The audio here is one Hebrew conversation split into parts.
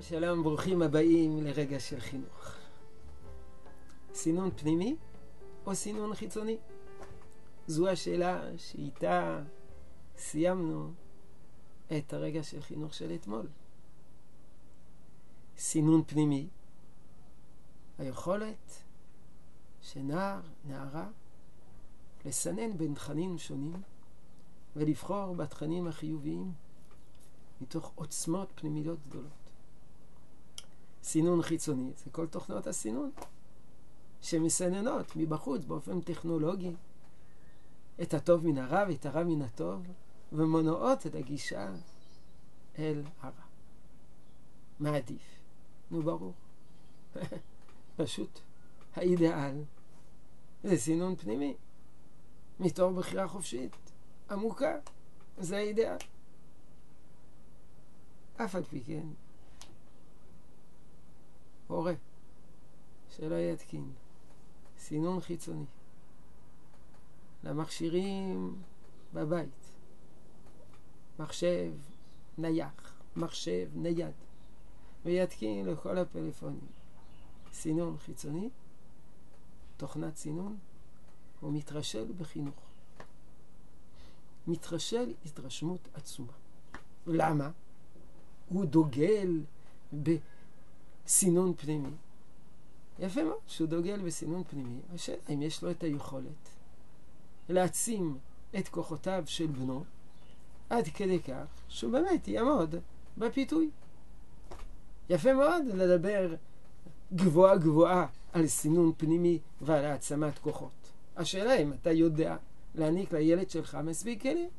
שלום, ברוכים הבאים לרגע של חינוך. סינון פנימי או סינון חיצוני? זו השאלה שאיתה סיימנו את הרגע של חינוך של אתמול. סינון פנימי, היכולת שנער, נערה, לסנן בין תכנים שונים ולבחור בתכנים החיוביים מתוך עוצמות פנימיות גדולות. סינון חיצוני זה כל תוכנות הסינון שמסננות מבחוץ באופן טכנולוגי את הטוב מן הרע ואת הרע מן הטוב ומונעות את הגישה אל הרע. מה עדיף? נו ברור. פשוט האידאל זה סינון פנימי מתוך בחירה חופשית עמוקה. זה האידאל. אף על פי כן הורה שלא יתקין סינון חיצוני למכשירים בבית, מחשב נייח, מחשב נייד, ויתקין לכל הפלאפונים סינון חיצוני, תוכנת סינון, הוא מתרשל בחינוך, מתרשל התרשמות עצומה. למה? הוא דוגל בסינון פנימי. יפה מאוד שהוא דוגל בסינון פנימי. השאלה אם יש לו את היכולת להעצים את כוחותיו של בנו עד כדי כך שהוא באמת יעמוד בפיתוי. יפה מאוד לדבר גבוהה גבוהה על סינון פנימי ועל העצמת כוחות. השאלה אם אתה יודע להעניק לילד שלך מספיק כלים.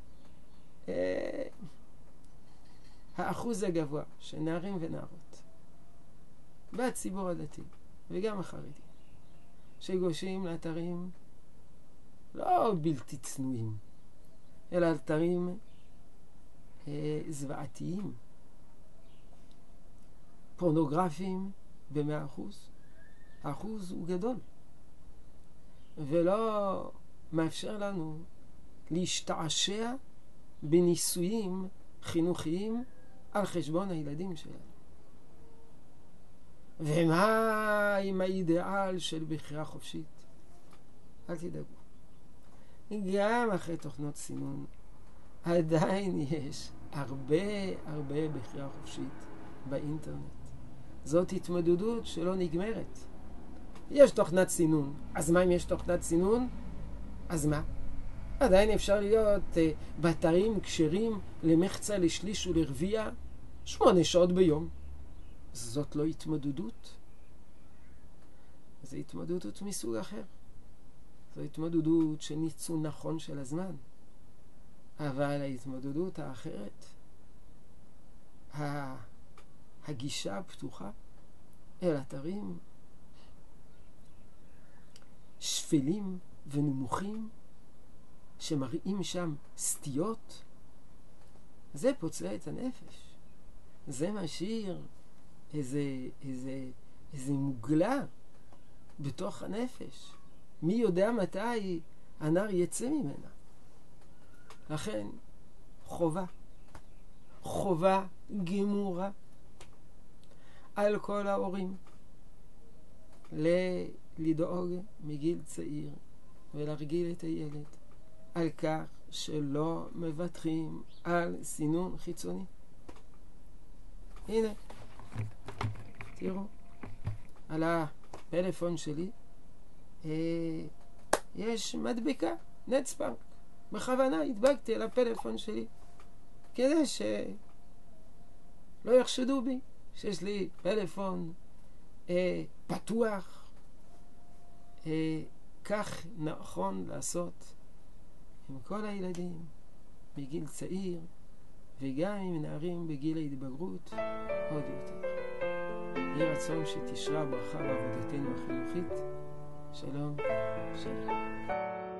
האחוז הגבוה של נערים ונערות בציבור הדתי וגם החרדי שגושים לאתרים לא בלתי צנועים אלא אתרים זוועתיים פורנוגרפיים ב100%, האחוז הוא גדול ולא מאפשר לנו להשתעשע בניסויים חינוכיים על חשבון הילדים שלנו. ומה עם האידאל של בחירה חופשית? אל תדאגו. גם אחרי תוכנות סינון עדיין יש הרבה בחירה חופשית באינטרנט. זאת התמודדות שלא נגמרת. יש תוכנת סינון. אז מה אם יש תוכנת סינון? אז מה? עדיין אפשר להיות באתרים כשרים למחצה, לשליש ולרביע 8 שעות ביום. זאת לא התמודדות. זו התמודדות מסוג אחר. זו התמודדות של ניצול נכון של הזמן. אבל ההתמודדות האחרת, הגישה הפתוחה אל אתרים שפלים ונמוכים שמראים שם סטיות, זה פוצע את הנפש. זה משאיר איזה מוגלה בתוך הנפש. מי יודע מתי הנער יצא ממנה. לכן חובה גמורה על כל ההורים לדאוג מגיל צעיר ולהרגיל את הילד על כך שלא מבטחים על סינון חיצוני. הנה, תראו, על הפלאפון שלי יש מדבקה, נטספארק. בכוונה הדבקתי על הפלאפון שלי כדי שלא יחשדו בי שיש לי פלאפון פתוח. כך נכון לעשות עם כל הילדים בגיל צעיר וגם עם נערים בגיל ההתבגרות עוד יותר. יהי רצון שתשרה ברכה בעבודתנו החינוכית. שלום, שלום.